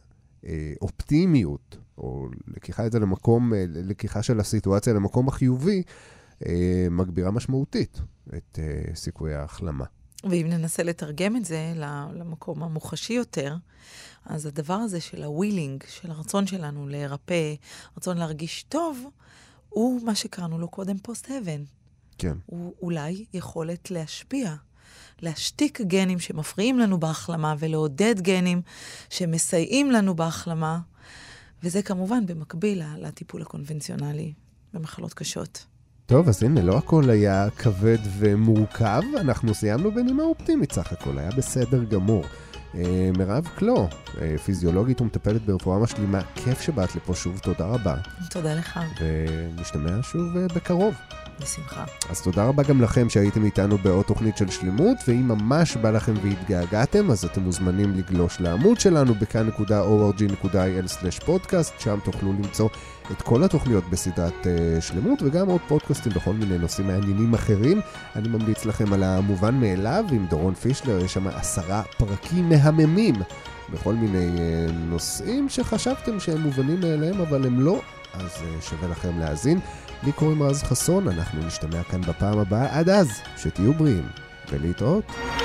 שאופטימיות, או לקיחה את זה למקום, לקיחה של הסיטואציה למקום החיובי, מגבירה משמעותית את סיכויי ההחלמה. ואם ננסה לתרגם את זה למקום המוחשי יותר, אז הדבר הזה של הווילינג, של הרצון שלנו להירפא, רצון להרגיש טוב, הוא מה שקראנו לו קודם פוסט-הבן. כן. הוא אולי יכולת להשפיע, להשתיק גנים שמפריעים לנו בהחלמה, ולעודד גנים שמסייעים לנו בהחלמה, וזה כמובן במקביל לטיפול הקונבנציונלי במחלות קשות. טוב, אז הנה, לא הכל היה כבד ומורכב, אנחנו סיימנו בנימה אופטימית סך הכל, היה בסדר גמור. מירב קלו, פיזיולוגית ומטפלת ברפואה משלימה, כיף שבאת לפה שוב, תודה רבה. תודה לך. ונשתמע שוב בקרוב. בשמחה. אז תודה רבה גם לכם שהייתם איתנו בעוד תוכנית של שלמות, ואם ממש בא לכם והתגעגעתם, אז אתם מוזמנים לגלוש לעמוד שלנו בכאן.org.il/podcast, שם תוכלו למצוא את כל התוכניות בסדרת שלמות, וגם עוד פודקאסטים בכל מיני נושאים מעניינים אחרים. אני ממליץ לכם על המובן מאליו, עם דורון פישלר, יש שם 10 פרקים מהממים, בכל מיני נושאים שחשבתם שהם מובנים מאליהם, אבל הם לא, אז שווה לכם להאזין. לי קוראים רז חסון, אנחנו נשתמע כאן בפעם הבאה, עד אז, שתהיו בריאים, ולהתראות.